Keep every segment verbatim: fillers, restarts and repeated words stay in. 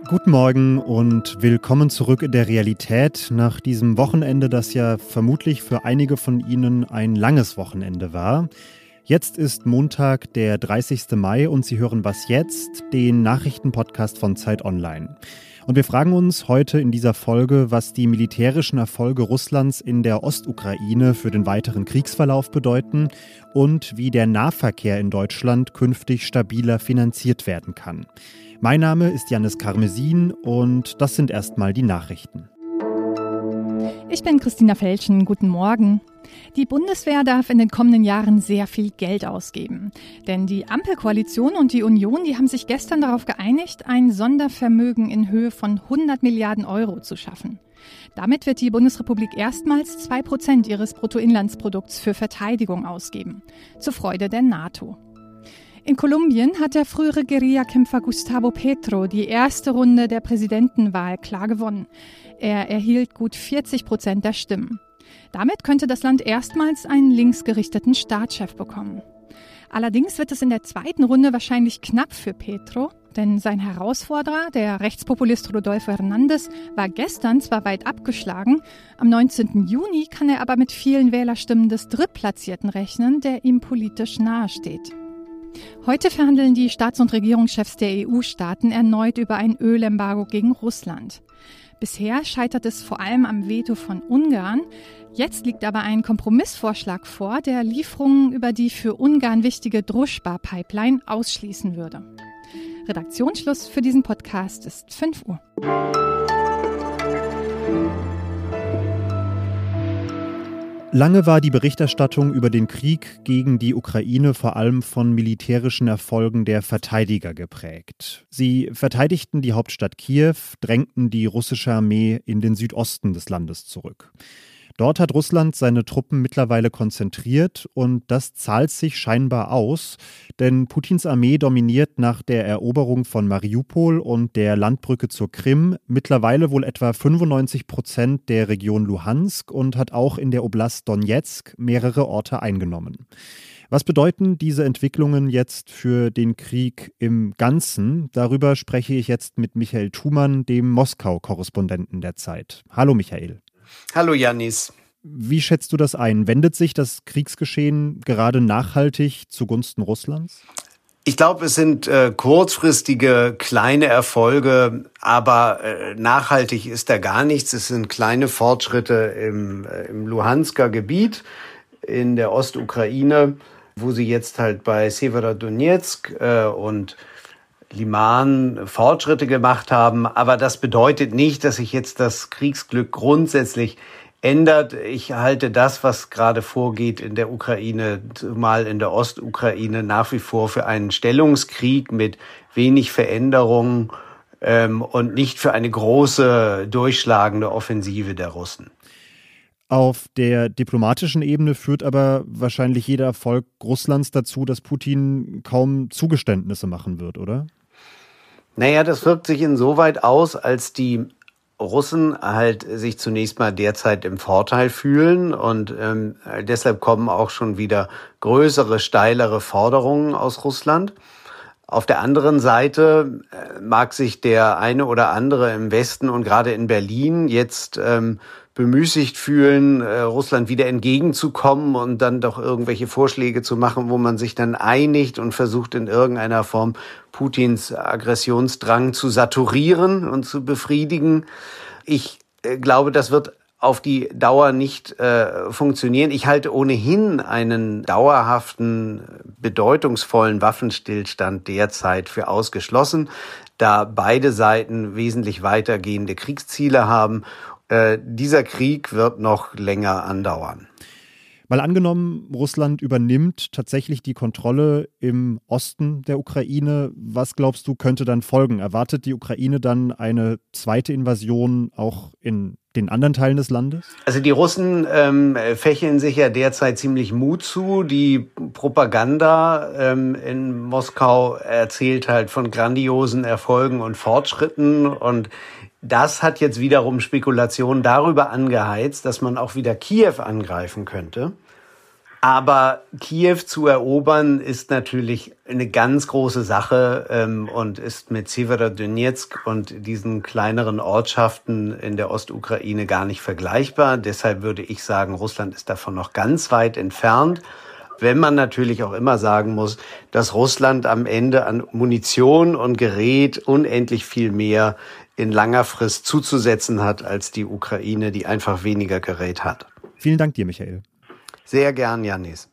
Guten Morgen und willkommen zurück in der Realität nach diesem Wochenende, das ja vermutlich für einige von Ihnen ein langes Wochenende war. Jetzt ist Montag, der dreißigsten Mai und Sie hören Was jetzt?, den Nachrichtenpodcast von Zeit Online. Und wir fragen uns heute in dieser Folge, was die militärischen Erfolge Russlands in der Ostukraine für den weiteren Kriegsverlauf bedeuten und wie der Nahverkehr in Deutschland künftig stabiler finanziert werden kann. Mein Name ist Jannis Karmesin und das sind erstmal die Nachrichten. Ich bin Christina Felschen, guten Morgen. Die Bundeswehr darf in den kommenden Jahren sehr viel Geld ausgeben. Denn die Ampelkoalition und die Union, die haben sich gestern darauf geeinigt, ein Sondervermögen in Höhe von hundert Milliarden Euro zu schaffen. Damit wird die Bundesrepublik erstmals zwei Prozent ihres Bruttoinlandsprodukts für Verteidigung ausgeben. Zur Freude der NATO. In Kolumbien hat der frühere Guerillakämpfer Gustavo Petro die erste Runde der Präsidentenwahl klar gewonnen. Er erhielt gut vierzig Prozent der Stimmen. Damit könnte das Land erstmals einen linksgerichteten Staatschef bekommen. Allerdings wird es in der zweiten Runde wahrscheinlich knapp für Petro, denn sein Herausforderer, der Rechtspopulist Rodolfo Hernández, war gestern zwar weit abgeschlagen, am neunzehnten Juni kann er aber mit vielen Wählerstimmen des Drittplatzierten rechnen, der ihm politisch nahesteht. Heute verhandeln die Staats- und Regierungschefs der E U-Staaten erneut über ein Ölembargo gegen Russland. Bisher scheitert es vor allem am Veto von Ungarn. Jetzt liegt aber ein Kompromissvorschlag vor, der Lieferungen über die für Ungarn wichtige Družba-Pipeline ausschließen würde. Redaktionsschluss für diesen Podcast ist fünf Uhr. Lange war die Berichterstattung über den Krieg gegen die Ukraine vor allem von militärischen Erfolgen der Verteidiger geprägt. Sie verteidigten die Hauptstadt Kiew, drängten die russische Armee in den Südosten des Landes zurück. Dort hat Russland seine Truppen mittlerweile konzentriert und das zahlt sich scheinbar aus, denn Putins Armee dominiert nach der Eroberung von Mariupol und der Landbrücke zur Krim mittlerweile wohl etwa fünfundneunzig Prozent der Region Luhansk und hat auch in der Oblast Donezk mehrere Orte eingenommen. Was bedeuten diese Entwicklungen jetzt für den Krieg im Ganzen? Darüber spreche ich jetzt mit Michael Thumann, dem Moskau-Korrespondenten der Zeit. Hallo Michael. Hallo Jannis. Wie schätzt du das ein? Wendet sich das Kriegsgeschehen gerade nachhaltig zugunsten Russlands? Ich glaube, es sind äh, kurzfristige kleine Erfolge, aber äh, nachhaltig ist da gar nichts. Es sind kleine Fortschritte im, äh, im Luhansker Gebiet, in der Ostukraine, wo sie jetzt halt bei Severodonezk äh, und Liman Fortschritte gemacht haben, aber das bedeutet nicht, dass sich jetzt das Kriegsglück grundsätzlich ändert. Ich halte das, was gerade vorgeht in der Ukraine, zumal in der Ostukraine, nach wie vor für einen Stellungskrieg mit wenig Veränderungen ähm, und nicht für eine große, durchschlagende Offensive der Russen. Auf der diplomatischen Ebene führt aber wahrscheinlich jeder Erfolg Russlands dazu, dass Putin kaum Zugeständnisse machen wird, oder? Naja, das wirkt sich insoweit aus, als die Russen halt sich zunächst mal derzeit im Vorteil fühlen und ähm, deshalb kommen auch schon wieder größere, steilere Forderungen aus Russland. Auf der anderen Seite äh, mag sich der eine oder andere im Westen und gerade in Berlin jetzt ähm, bemüßigt fühlen, äh, Russland wieder entgegenzukommen und dann doch irgendwelche Vorschläge zu machen, wo man sich dann einigt und versucht in irgendeiner Form Putins Aggressionsdrang zu saturieren und zu befriedigen. Ich äh, glaube, das wird auf die Dauer nicht äh, funktionieren. Ich halte ohnehin einen dauerhaften, bedeutungsvollen Waffenstillstand derzeit für ausgeschlossen, da beide Seiten wesentlich weitergehende Kriegsziele haben. Äh, dieser Krieg wird noch länger andauern. Mal angenommen, Russland übernimmt tatsächlich die Kontrolle im Osten der Ukraine. Was glaubst du, könnte dann folgen? Erwartet die Ukraine dann eine zweite Invasion auch in den anderen Teilen des Landes? Also die Russen ähm, fächeln sich ja derzeit ziemlich Mut zu. Die Propaganda ähm, in Moskau erzählt halt von grandiosen Erfolgen und Fortschritten und das hat jetzt wiederum Spekulationen darüber angeheizt, dass man auch wieder Kiew angreifen könnte. Aber Kiew zu erobern ist natürlich eine ganz große Sache ähm, und ist mit Severodonetsk und diesen kleineren Ortschaften in der Ostukraine gar nicht vergleichbar. Deshalb würde ich sagen, Russland ist davon noch ganz weit entfernt. Wenn man natürlich auch immer sagen muss, dass Russland am Ende an Munition und Gerät unendlich viel mehr in langer Frist zuzusetzen hat als die Ukraine, die einfach weniger Gerät hat. Vielen Dank dir, Michael. Sehr gern, Janis.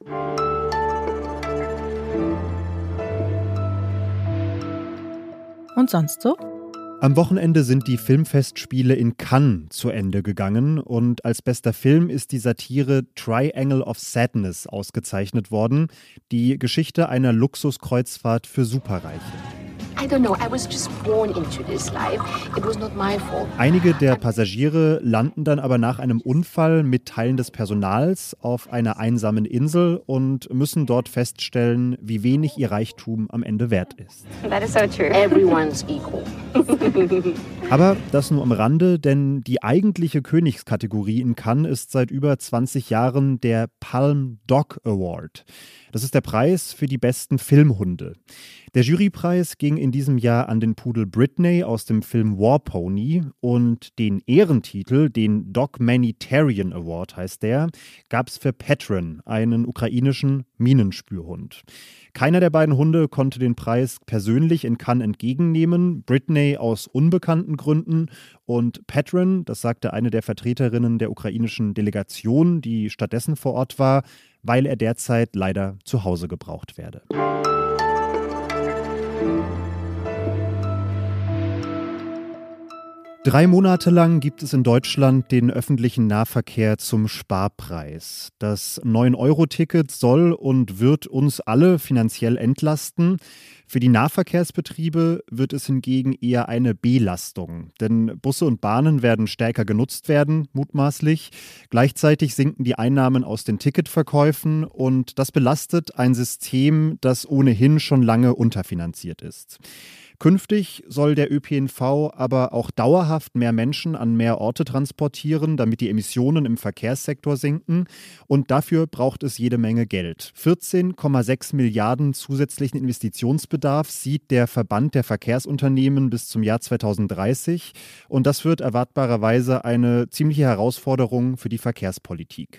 Und sonst so? Am Wochenende sind die Filmfestspiele in Cannes zu Ende gegangen und als bester Film ist die Satire Triangle of Sadness ausgezeichnet worden, die Geschichte einer Luxuskreuzfahrt für Superreiche. I don't know, I was just born into this life. It was not my fault. Einige der Passagiere landen dann aber nach einem Unfall mit Teilen des Personals auf einer einsamen Insel und müssen dort feststellen, wie wenig ihr Reichtum am Ende wert ist. That is so true. Everyone's equal. Aber das nur am Rande, denn die eigentliche Königskategorie in Cannes ist seit über zwanzig Jahren der Palm Dog Award. Das ist der Preis für die besten Filmhunde. Der Jurypreis ging in diesem Jahr an den Pudel Britney aus dem Film War Pony und den Ehrentitel, den Dogmanitarian Award heißt der, gab es für Petron, einen ukrainischen Minenspürhund. Keiner der beiden Hunde konnte den Preis persönlich in Cannes entgegennehmen, Britney aus unbekannten Gründen und Petron, das sagte eine der Vertreterinnen der ukrainischen Delegation, die stattdessen vor Ort war, weil er derzeit leider zu Hause gebraucht werde. Drei Monate lang gibt es in Deutschland den öffentlichen Nahverkehr zum Sparpreis. Das neun Euro Ticket soll und wird uns alle finanziell entlasten. Für die Nahverkehrsbetriebe wird es hingegen eher eine Belastung. Denn Busse und Bahnen werden stärker genutzt werden, mutmaßlich. Gleichzeitig sinken die Einnahmen aus den Ticketverkäufen und das belastet ein System, das ohnehin schon lange unterfinanziert ist. Künftig soll der Ö P N V aber auch dauerhaft mehr Menschen an mehr Orte transportieren, damit die Emissionen im Verkehrssektor sinken. Und dafür braucht es jede Menge Geld. vierzehn Komma sechs Milliarden zusätzlichen Investitionsbedarf sieht der Verband der Verkehrsunternehmen bis zum Jahr zweitausenddreißig. Und das wird erwartbarerweise eine ziemliche Herausforderung für die Verkehrspolitik.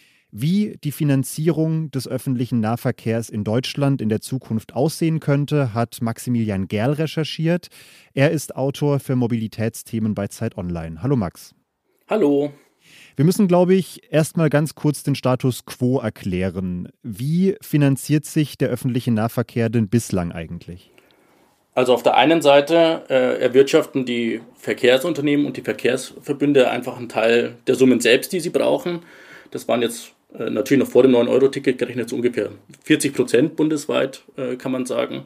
Wie die Finanzierung des öffentlichen Nahverkehrs in Deutschland in der Zukunft aussehen könnte, hat Maximilian Gerl recherchiert. Er ist Autor für Mobilitätsthemen bei Zeit Online. Hallo Max. Hallo. Wir müssen, glaube ich, erstmal ganz kurz den Status quo erklären. Wie finanziert sich der öffentliche Nahverkehr denn bislang eigentlich? Also auf der einen Seite äh, erwirtschaften die Verkehrsunternehmen und die Verkehrsverbünde einfach einen Teil der Summen selbst, die sie brauchen. Das waren jetzt äh, natürlich noch vor dem neun Euro Ticket gerechnet so ungefähr vierzig Prozent bundesweit, äh, kann man sagen.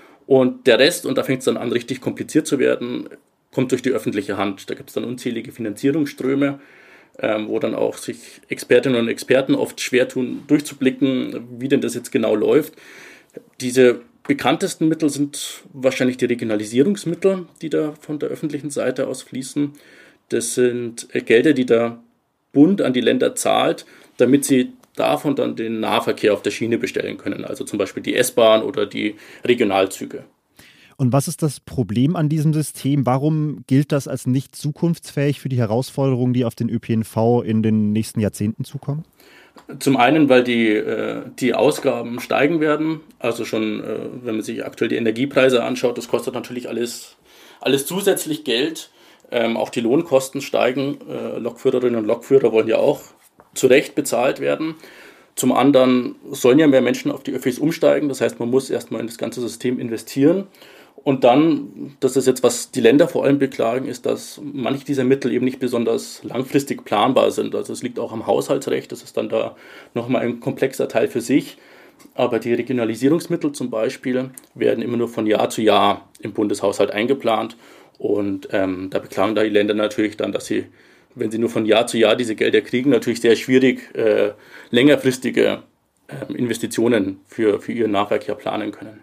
Und der Rest, und da fängt es dann an, richtig kompliziert zu werden, kommt durch die öffentliche Hand. Da gibt es dann unzählige Finanzierungsströme, äh, wo dann auch sich Expertinnen und Experten oft schwer tun, durchzublicken, wie denn das jetzt genau läuft. Diese bekanntesten Mittel sind wahrscheinlich die Regionalisierungsmittel, die da von der öffentlichen Seite aus fließen. Das sind äh, Gelder, die der Bund an die Länder zahlt, damit sie davon dann den Nahverkehr auf der Schiene bestellen können, also zum Beispiel die S-Bahn oder die Regionalzüge. Und was ist das Problem an diesem System? Warum gilt das als nicht zukunftsfähig für die Herausforderungen, die auf den Ö P N V in den nächsten Jahrzehnten zukommen? Zum einen, weil die, äh, die Ausgaben steigen werden. Also schon, äh, wenn man sich aktuell die Energiepreise anschaut, das kostet natürlich alles, alles zusätzlich Geld. Ähm, auch die Lohnkosten steigen. Äh, Lokführerinnen und Lokführer wollen ja auch zu Recht bezahlt werden. Zum anderen sollen ja mehr Menschen auf die Öffis umsteigen. Das heißt, man muss erstmal in das ganze System investieren. Und dann, das ist jetzt, was die Länder vor allem beklagen, ist, dass manche dieser Mittel eben nicht besonders langfristig planbar sind. Also es liegt auch am Haushaltsrecht. Das ist dann da nochmal ein komplexer Teil für sich. Aber die Regionalisierungsmittel zum Beispiel werden immer nur von Jahr zu Jahr im Bundeshaushalt eingeplant. Und ähm, da beklagen da die Länder natürlich dann, dass sie, wenn sie nur von Jahr zu Jahr diese Gelder kriegen, natürlich sehr schwierig äh, längerfristige äh, Investitionen für, für ihren Nahverkehr planen können.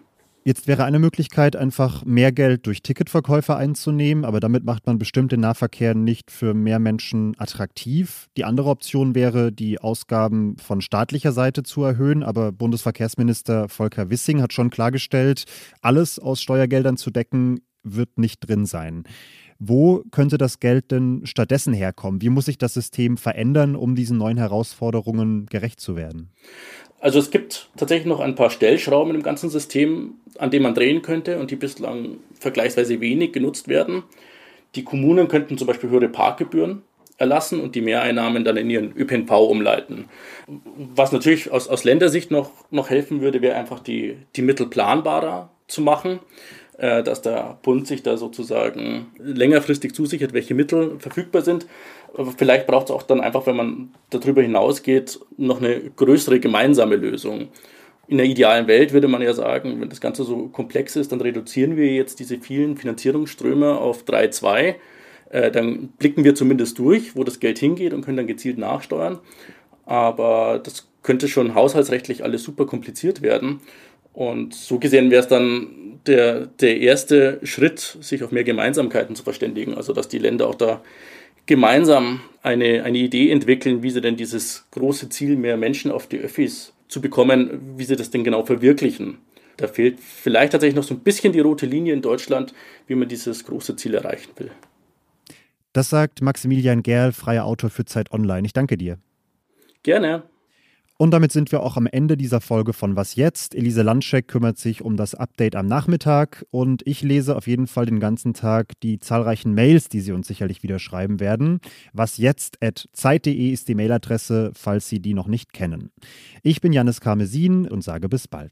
Jetzt wäre eine Möglichkeit, einfach mehr Geld durch Ticketverkäufe einzunehmen, aber damit macht man bestimmt den Nahverkehr nicht für mehr Menschen attraktiv. Die andere Option wäre, die Ausgaben von staatlicher Seite zu erhöhen, aber Bundesverkehrsminister Volker Wissing hat schon klargestellt, alles aus Steuergeldern zu decken, wird nicht drin sein. Wo könnte das Geld denn stattdessen herkommen? Wie muss sich das System verändern, um diesen neuen Herausforderungen gerecht zu werden? Also es gibt tatsächlich noch ein paar Stellschrauben im ganzen System, an denen man drehen könnte und die bislang vergleichsweise wenig genutzt werden. Die Kommunen könnten zum Beispiel höhere Parkgebühren erlassen und die Mehreinnahmen dann in ihren Ö P N V umleiten. Was natürlich aus, aus Ländersicht noch, noch helfen würde, wäre einfach die, die Mittel planbarer zu machen, äh, dass der Bund sich da sozusagen längerfristig zusichert, welche Mittel verfügbar sind. Aber vielleicht braucht es auch dann einfach, wenn man darüber hinausgeht, noch eine größere gemeinsame Lösung. In der idealen Welt würde man ja sagen, wenn das Ganze so komplex ist, dann reduzieren wir jetzt diese vielen Finanzierungsströme auf drei Komma zwei. Äh, dann blicken wir zumindest durch, wo das Geld hingeht und können dann gezielt nachsteuern. Aber das könnte schon haushaltsrechtlich alles super kompliziert werden. Und so gesehen wäre es dann der, der erste Schritt, sich auf mehr Gemeinsamkeiten zu verständigen. Also dass die Länder auch da gemeinsam eine, eine Idee entwickeln, wie sie denn dieses große Ziel, mehr Menschen auf die Öffis zu bekommen, wie sie das denn genau verwirklichen. Da fehlt vielleicht tatsächlich noch so ein bisschen die rote Linie in Deutschland, wie man dieses große Ziel erreichen will. Das sagt Maximilian Gerl, freier Autor für Zeit Online. Ich danke dir. Gerne. Und damit sind wir auch am Ende dieser Folge von Was jetzt? Elise Landscheck kümmert sich um das Update am Nachmittag und ich lese auf jeden Fall den ganzen Tag die zahlreichen Mails, die Sie uns sicherlich wieder schreiben werden. wasjetzt at zeit punkt de ist die Mailadresse, falls Sie die noch nicht kennen. Ich bin Jannis Karmesin und sage bis bald.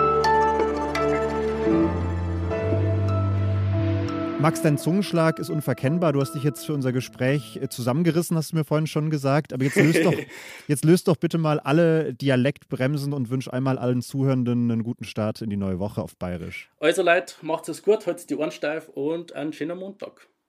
Max, dein Zungenschlag ist unverkennbar. Du hast dich jetzt für unser Gespräch zusammengerissen, hast du mir vorhin schon gesagt. Aber jetzt löst doch, jetzt löst doch bitte mal alle Dialektbremsen und wünsch einmal allen Zuhörenden einen guten Start in die neue Woche auf Bayerisch. Also Leute, macht es gut, haltet die Ohren steif und einen schönen Montag.